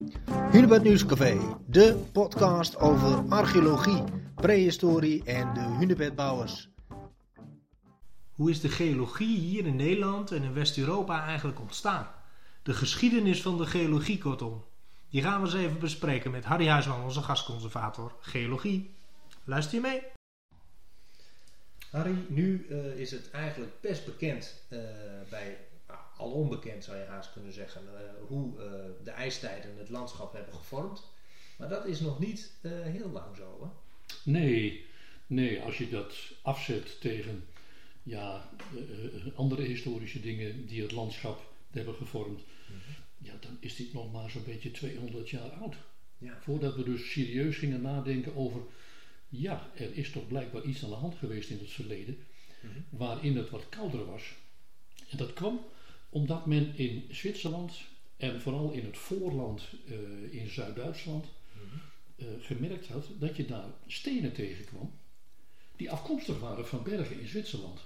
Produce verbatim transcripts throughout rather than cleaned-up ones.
Hunebed Nieuwscafé, de podcast over archeologie, prehistorie en de hunebedbouwers. Hoe is de geologie hier in Nederland en in West-Europa eigenlijk ontstaan? De geschiedenis van de geologie kortom. Die gaan we eens even bespreken met Harry Huisman, onze gastconservator geologie. Luister je mee? Harry, nu uh, is het eigenlijk best bekend uh, bij... al onbekend zou je haast kunnen zeggen, uh, hoe uh, de ijstijden het landschap hebben gevormd. Maar dat is nog niet uh, heel lang zo, hè? Nee, nee, als je dat afzet tegen ja, uh, andere historische dingen die het landschap hebben gevormd, mm-hmm. ja, dan is dit nog maar zo'n beetje tweehonderd jaar oud. Ja. Voordat we dus serieus gingen nadenken over, ja, er is toch blijkbaar iets aan de hand geweest in het verleden, mm-hmm. waarin het wat kouder was. En dat kwam omdat men in Zwitserland en vooral in het voorland uh, in Zuid-Duitsland mm-hmm. uh, gemerkt had dat je daar stenen tegenkwam die afkomstig waren van bergen in Zwitserland.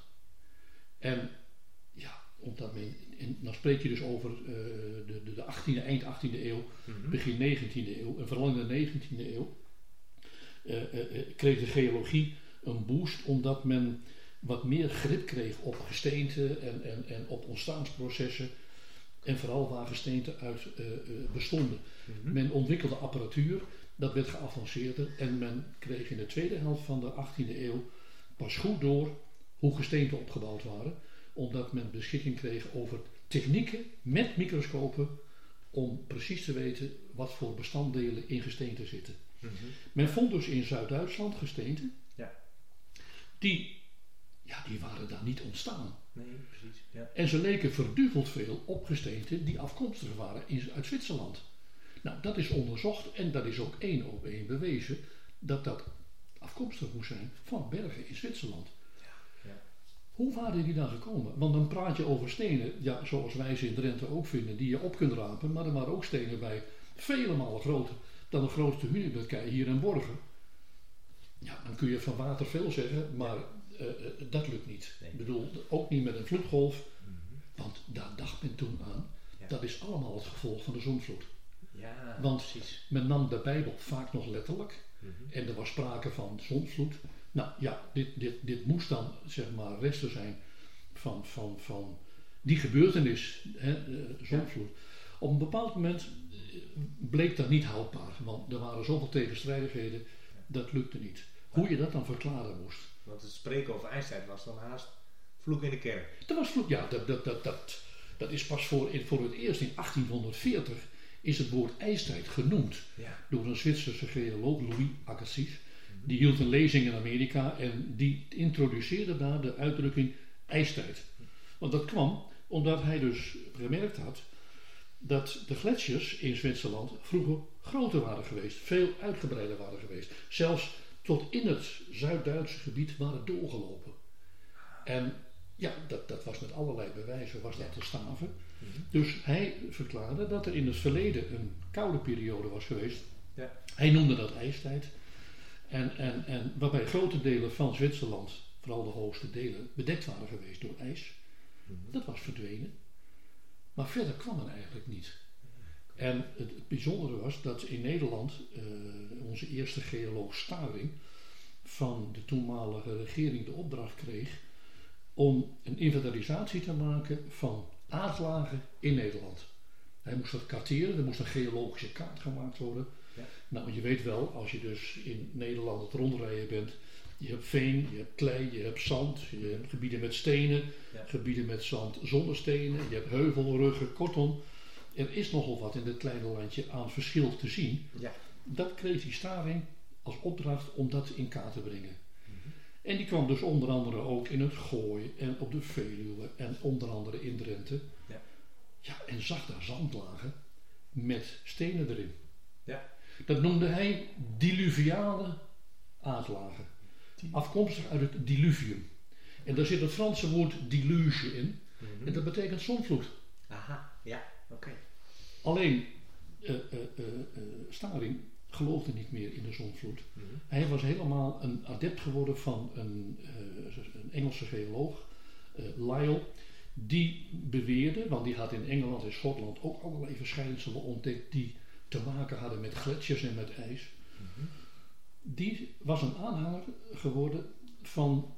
En ja, omdat men, en dan spreek je dus over uh, de, de, de achttiende, eind achttiende eeuw, mm-hmm. begin negentiende eeuw en vooral in de negentiende eeuw uh, uh, uh, kreeg de geologie een boost omdat men wat meer grip kreeg op gesteente en, en, en op ontstaansprocessen en vooral waar gesteente uit uh, uh, bestonden. Mm-hmm. Men ontwikkelde apparatuur, dat werd geavanceerder en men kreeg in de tweede helft van de achttiende eeuw pas goed door hoe gesteenten opgebouwd waren, omdat men beschikking kreeg over technieken met microscopen om precies te weten wat voor bestanddelen in gesteente zitten. Mm-hmm. Men vond dus in Zuid-Duitsland gesteenten ja. die Ja, die waren daar niet ontstaan. Nee, precies. Ja. En ze leken verduveld veel op gesteenten die afkomstig waren in, uit Zwitserland. Nou, dat is onderzocht en dat is ook één op één bewezen dat dat afkomstig moest zijn van bergen in Zwitserland. Ja. Ja. Hoe waren die daar gekomen? Want dan praat je over stenen, ja, zoals wij ze in Drenthe ook vinden, die je op kunt rapen, maar er waren ook stenen bij, vele malen groter dan de grootste hunebedkei hier in Borgen. Ja, dan kun je van water veel zeggen, maar Uh, uh, dat lukt niet. Nee. Ik bedoel, ook niet met een vloedgolf, mm-hmm. want daar dacht men toen aan. Ja. Dat is allemaal het gevolg van de zondvloed. Ja, want precies. Men nam de Bijbel vaak nog letterlijk mm-hmm. en er was sprake van zondvloed. Nou ja, dit, dit, dit moest dan zeg maar resten zijn van, van, van die gebeurtenis, hè, uh, zondvloed. Ja. Op een bepaald moment bleek dat niet houdbaar, want er waren zoveel tegenstrijdigheden, ja. dat lukte niet. Hoe je dat dan verklaren moest. Want het spreken over ijstijd was dan haast vloek in de kerk. Dat was vloek, ja. Dat, dat, dat, dat, dat is pas voor, voor het eerst in achttienhonderdveertig is het woord ijstijd genoemd. Ja. Door een Zwitserse geoloog, Louis Agassiz. Mm-hmm. Die hield een lezing in Amerika en die introduceerde daar de uitdrukking ijstijd. Want dat kwam omdat hij dus gemerkt had dat de gletsjers in Zwitserland vroeger groter waren geweest. Veel uitgebreider waren geweest. Zelfs tot in het Zuid-Duitse gebied waren doorgelopen. En ja, dat, dat was met allerlei bewijzen was dat te staven. Mm-hmm. Dus hij verklaarde dat er in het verleden een koude periode was geweest. Ja. Hij noemde dat ijstijd. En, en, en waarbij grote delen van Zwitserland, vooral de hoogste delen, bedekt waren geweest door ijs. Mm-hmm. Dat was verdwenen. Maar verder kwam er eigenlijk niet. En het, het bijzondere was dat in Nederland uh, onze eerste geoloog Staring van de toenmalige regering de opdracht kreeg om een inventarisatie te maken van aardlagen in Nederland. Hij moest dat karteren, er moest een geologische kaart gemaakt worden. Ja. Nou, je weet wel, als je dus in Nederland het rondrijden bent, je hebt veen, je hebt klei, je hebt zand, je hebt gebieden met stenen, ja. gebieden met zand zonder stenen, je hebt heuvelruggen, kortom. Er is nogal wat in dit kleine landje aan verschil te zien. Ja. Dat kreeg die Staring als opdracht om dat in kaart te brengen. Mm-hmm. En die kwam dus onder andere ook in het Gooi en op de Veluwe en onder andere in Drenthe. Ja. Ja, en zag daar zandlagen met stenen erin. Ja. Dat noemde hij diluviale aardlagen. Afkomstig uit het diluvium. En daar zit het Franse woord diluge in. Mm-hmm. En dat betekent zondvloed. Aha, ja, oké. Okay. Alleen, uh, uh, uh, uh, Staring geloofde niet meer in de zondvloed. Mm-hmm. Hij was helemaal een adept geworden van een, uh, een Engelse geoloog, uh, Lyell, die beweerde, want die had in Engeland en Schotland ook allerlei verschijnselen ontdekt die te maken hadden met gletsjers en met ijs. Mm-hmm. Die was een aanhanger geworden van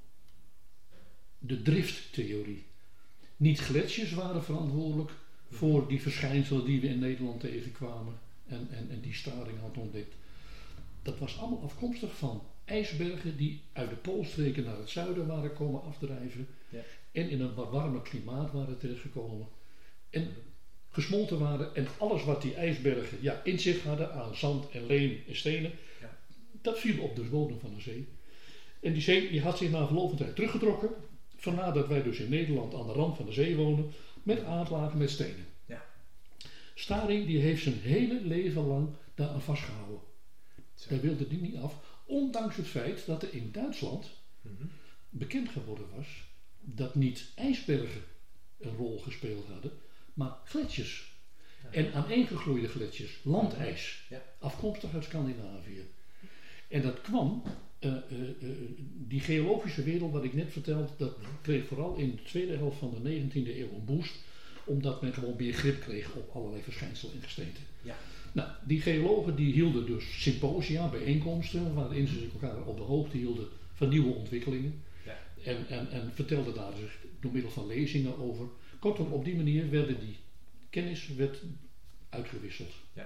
de drifttheorie. Niet gletsjers waren verantwoordelijk voor die verschijnselen die we in Nederland tegenkwamen en, en, en die Staring had ontdekt. Dat was allemaal afkomstig van ijsbergen die uit de poolstreken naar het zuiden waren komen afdrijven. Ja. En in een wat warmer klimaat waren terechtgekomen. En gesmolten waren. En alles wat die ijsbergen ja, in zich hadden aan zand en leem en stenen. Ja. Dat viel op de bodem van de zee. En die zee die had zich na verloop van tijd teruggetrokken. Vandaar dat wij dus in Nederland aan de rand van de zee wonen. Met aardlagen met stenen. Ja. Staring die heeft zijn hele leven lang daaraan vastgehouden. Zo. Hij wilde die niet af. Ondanks het feit dat er in Duitsland mm-hmm. bekend geworden was dat niet ijsbergen een rol gespeeld hadden, maar gletsjers. Ja. En aaneengegroeide gletsjers, landijs, ja. afkomstig uit Scandinavië. En dat kwam, uh, uh, uh, die geologische wereld wat ik net vertelde, dat kreeg vooral in de tweede helft van de negentiende eeuw een boost, omdat men gewoon meer grip kreeg op allerlei verschijnselen en gesteenten. Ja. Nou, die geologen die hielden dus symposia, bijeenkomsten, waarin ze elkaar op de hoogte hielden van nieuwe ontwikkelingen. Ja. En, en, en vertelden daar dus door middel van lezingen over. Kortom, op die manier werden die kennis werd uitgewisseld. Ja.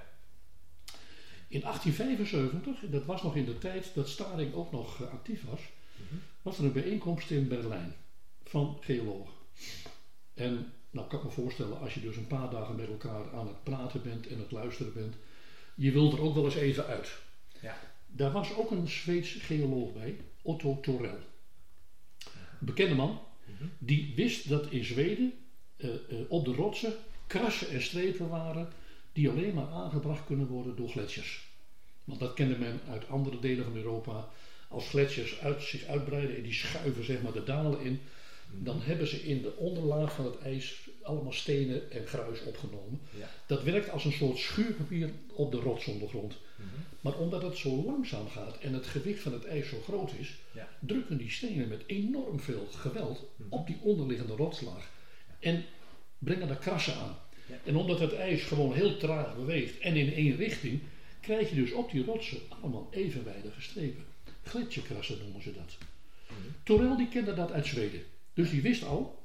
In achttien vijfenzeventig, dat was nog in de tijd dat Staring ook nog uh, actief was, mm-hmm. was er een bijeenkomst in Berlijn van geologen. En nou kan ik me voorstellen, als je dus een paar dagen met elkaar aan het praten bent en het luisteren bent, je wilt er ook wel eens even uit. Ja. Daar was ook een Zweeds geoloog bij, Otto Torell. Een bekende man, mm-hmm. die wist dat in Zweden uh, uh, op de rotsen krassen en strepen waren die alleen maar aangebracht kunnen worden door gletsjers. Want dat kende men uit andere delen van Europa. Als gletsjers uit, zich uitbreiden en die schuiven zeg maar de dalen in, dan hebben ze in de onderlaag van het ijs allemaal stenen en gruis opgenomen. Ja. Dat werkt als een soort schuurpapier op de rotsondergrond. Mm-hmm. Maar omdat het zo langzaam gaat en het gewicht van het ijs zo groot is, ja. drukken die stenen met enorm veel geweld mm-hmm. op die onderliggende rotslaag. Ja. En brengen daar krassen aan. Ja. En omdat het ijs gewoon heel traag beweegt en in één richting, krijg je dus op die rotsen allemaal evenwijdige strepen. Gletsjerkrassen noemen ze dat. Mm-hmm. Torell die kende dat uit Zweden. Dus die wist al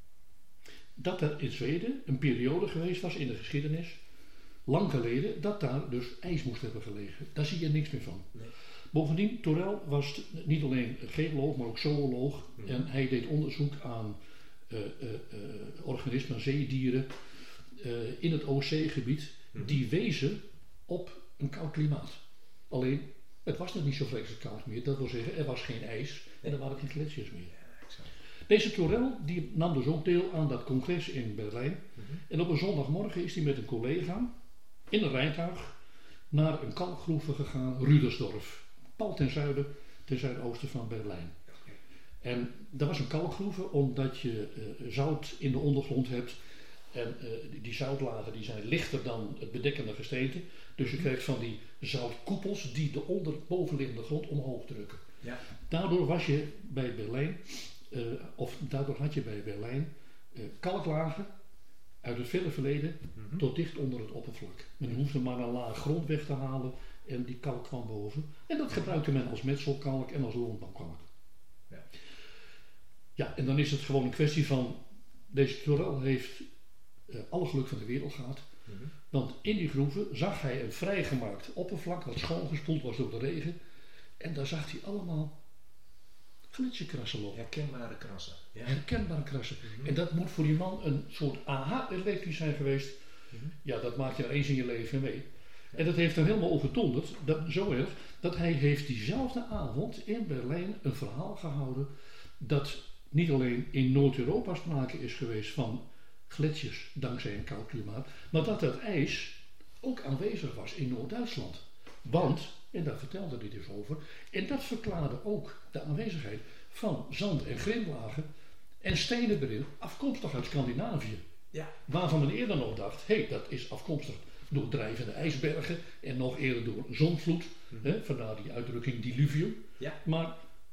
dat er in Zweden een periode geweest was in de geschiedenis, lang geleden, dat daar dus ijs moest hebben gelegen. Daar zie je niks meer van. Nee. Bovendien, Torell was niet alleen geoloog, maar ook zooloog. Mm. En hij deed onderzoek aan uh, uh, uh, organismen, zeedieren uh, in het Oostzeegebied, mm. die wezen op een koud klimaat. Alleen, het was nog niet zo vreselijk koud meer. Dat wil zeggen, er was geen ijs en er waren geen gletsjers meer. Deze Torell die nam dus ook deel aan dat congres in Berlijn. Mm-hmm. En op een zondagmorgen is hij met een collega in een rijtuig naar een kalkgroeve gegaan, Rudersdorf. Pal ten zuiden, ten zuidoosten van Berlijn. Okay. En dat was een kalkgroeve omdat je uh, zout in de ondergrond hebt. En uh, die, die zoutlagen die zijn lichter dan het bedekkende gesteente. Dus je krijgt van die zoutkoepels die de onder bovenliggende grond omhoog drukken. Ja. Daardoor was je bij Berlijn... Uh, of daardoor had je bij Berlijn uh, kalklagen uit het verre verleden mm-hmm. tot dicht onder het oppervlak. Men hoefde maar een laag grond weg te halen en die kalk kwam boven. En dat gebruikte men als metselkalk en als landbouwkalk. Ja. ja, en dan is het gewoon een kwestie van, deze Torell heeft uh, alle geluk van de wereld gehad. Mm-hmm. Want in die groeven zag hij een vrijgemaakt oppervlak dat schoongespoeld was door de regen. En daar zag hij allemaal gletsjerkrassen op. Herkenbare krassen. Ja. Herkenbare krassen. Mm-hmm. En dat moet voor die man een soort aha-effect zijn geweest. Mm-hmm. Ja, dat maak je nou eens in je leven mee. Ja. En dat heeft hem helemaal overdonderd. Dat, zo erg, dat hij heeft diezelfde avond in Berlijn een verhaal gehouden dat niet alleen in Noord-Europa sprake is geweest van gletsjers dankzij een koud klimaat, maar dat dat ijs ook aanwezig was in Noord-Duitsland. Want, en daar vertelde hij dus over, en dat verklaarde ook de aanwezigheid van zand- en grindlagen en stenen erin, afkomstig uit Scandinavië. Ja. Waarvan men eerder nog dacht, hé, hey, dat is afkomstig door drijvende ijsbergen en nog eerder door zonvloed, mm-hmm. hè, vandaar die uitdrukking diluvium. Ja. Maar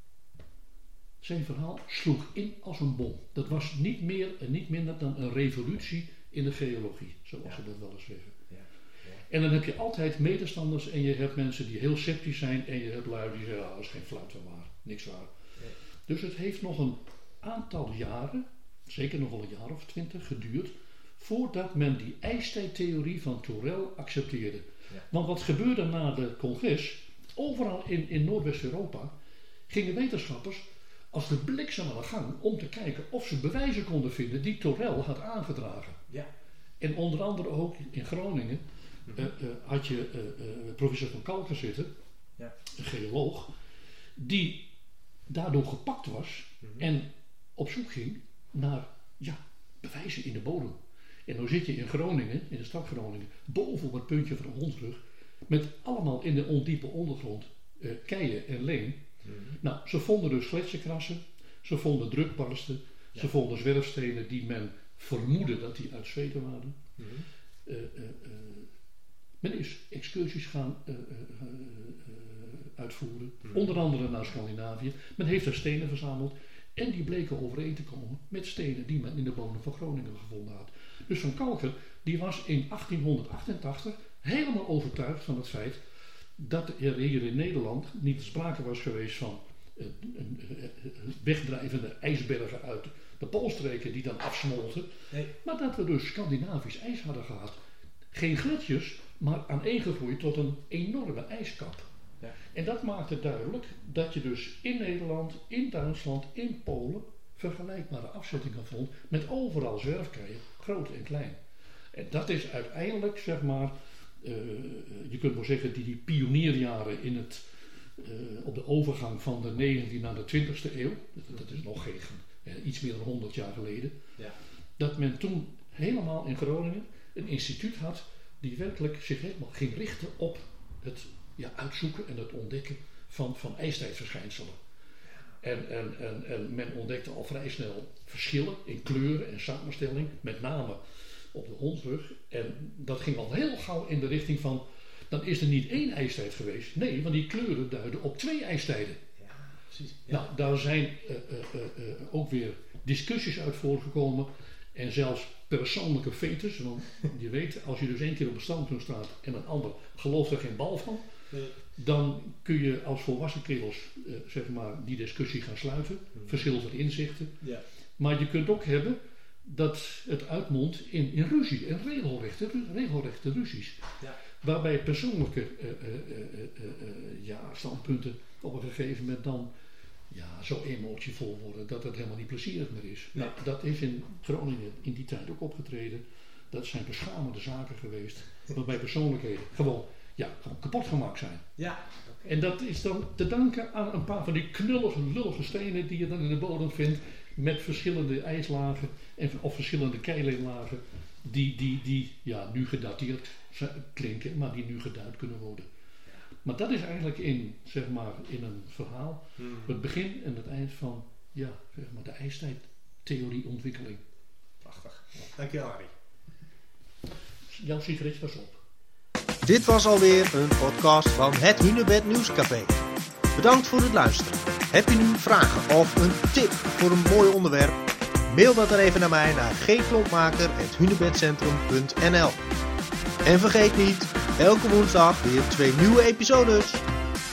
zijn verhaal sloeg in als een bom. Dat was niet meer en niet minder dan een revolutie in de geologie, zoals ja. ze dat wel eens zeggen. Ja. Ja. En dan heb je altijd medestanders en je hebt mensen die heel sceptisch zijn en je hebt lui die zeggen, oh, dat is geen fluit van waar, niks waar. Nee. Dus het heeft nog een aantal jaren, zeker nog wel een jaar of twintig, geduurd voordat men die ijstijdtheorie van Torell accepteerde. Ja. Want wat gebeurde na de congres, overal in, in Noordwest-Europa gingen wetenschappers als de bliksem aan de gang om te kijken of ze bewijzen konden vinden die Torell had aangedragen. Ja. En onder andere ook in Groningen mm-hmm. uh, uh, had je uh, uh, professor van Kalken zitten, ja. een geoloog, die daardoor gepakt was mm-hmm. en op zoek ging naar ja, bewijzen in de bodem. En dan zit je in Groningen, in de stad Groningen, boven op het puntje van de Hondsrug, met allemaal in de ondiepe ondergrond uh, keien en leem. Mm-hmm. Nou, ze vonden dus gletsjerkrassen, ze vonden drukbarsten, ja. ze vonden zwerfstenen die men vermoedde dat die uit Zweden waren. Mm-hmm. Uh, uh, uh, men is excursies gaan uh, uh, uh, uitvoeren, mm-hmm. onder andere naar Scandinavië. Men heeft er stenen verzameld en die bleken overeen te komen met stenen die men in de bodem van Groningen gevonden had. Dus Van Kalken die was in achttienhonderdachtentachtig helemaal overtuigd van het feit dat er hier in Nederland niet sprake was geweest van uh, uh, uh, wegdrijvende ijsbergen uit de Poolstreken die dan afsmolten, nee. maar dat we dus Scandinavisch ijs hadden gehad. Geen gletsjers, maar aaneengegroeid tot een enorme ijskap. Ja. En dat maakte duidelijk dat je dus in Nederland, in Duitsland, in Polen vergelijkbare afzettingen vond met overal zwerfkeien, groot en klein. En dat is uiteindelijk, zeg maar, uh, je kunt wel zeggen, die, die pionierjaren in het, uh, op de overgang van de negentiende naar de twintigste eeuw, dat, dat is nog geen, uh, iets meer dan honderd jaar geleden, ja. dat men toen helemaal in Groningen een instituut had die werkelijk zich helemaal ging richten op het ja, uitzoeken en het ontdekken van, van ijstijdverschijnselen. En, en, en, en men ontdekte al vrij snel verschillen in kleuren en samenstelling, met name op de Hondsrug. En dat ging al heel gauw in de richting van, dan is er niet één ijstijd geweest. Nee, want die kleuren duiden op twee ijstijden. Ja, precies. Ja. Nou, daar zijn uh, uh, uh, ook weer discussies uit voortgekomen. En zelfs persoonlijke fetes. Want je weet, als je dus één keer op een standpunt staat en een ander gelooft er geen bal van. Nee. Dan kun je als volwassen kerels uh, zeg maar, die discussie gaan sluiten. Hmm. Verschil van inzichten. Ja. Maar je kunt ook hebben dat het uitmondt in, in ruzie en regelrechte, regelrechte ruzies. Ja. Waarbij persoonlijke uh, uh, uh, uh, uh, ja, standpunten op een gegeven moment dan ja, zo emotievol worden dat het helemaal niet plezierig meer is. Nee. Nou, dat is in Groningen in die tijd ook opgetreden. Dat zijn beschamende zaken geweest. Waarbij persoonlijkheden gewoon, ja, gewoon kapot gemaakt zijn. Ja, okay. En dat is dan te danken aan een paar van die knullige, lullige stenen die je dan in de bodem vindt. Met verschillende ijslagen en, of verschillende keileenlagen. Die, die, die ja, nu gedateerd klinken, maar die nu geduid kunnen worden. Maar dat is eigenlijk in, zeg maar, in een verhaal hmm. het begin en het eind van ja, zeg maar, de ijstijdtheorie-ontwikkeling. Prachtig. Dankjewel, Harry. Jouw sigaret was op. Dit was alweer een podcast van het Hunebed Nieuwscafé. Bedankt voor het luisteren. Heb je nu vragen of een tip voor een mooi onderwerp? Mail dat er even naar mij naar g klompmaker apenstaartje hunebedcentrum punt n l. En vergeet niet, elke woensdag weer twee nieuwe episodes.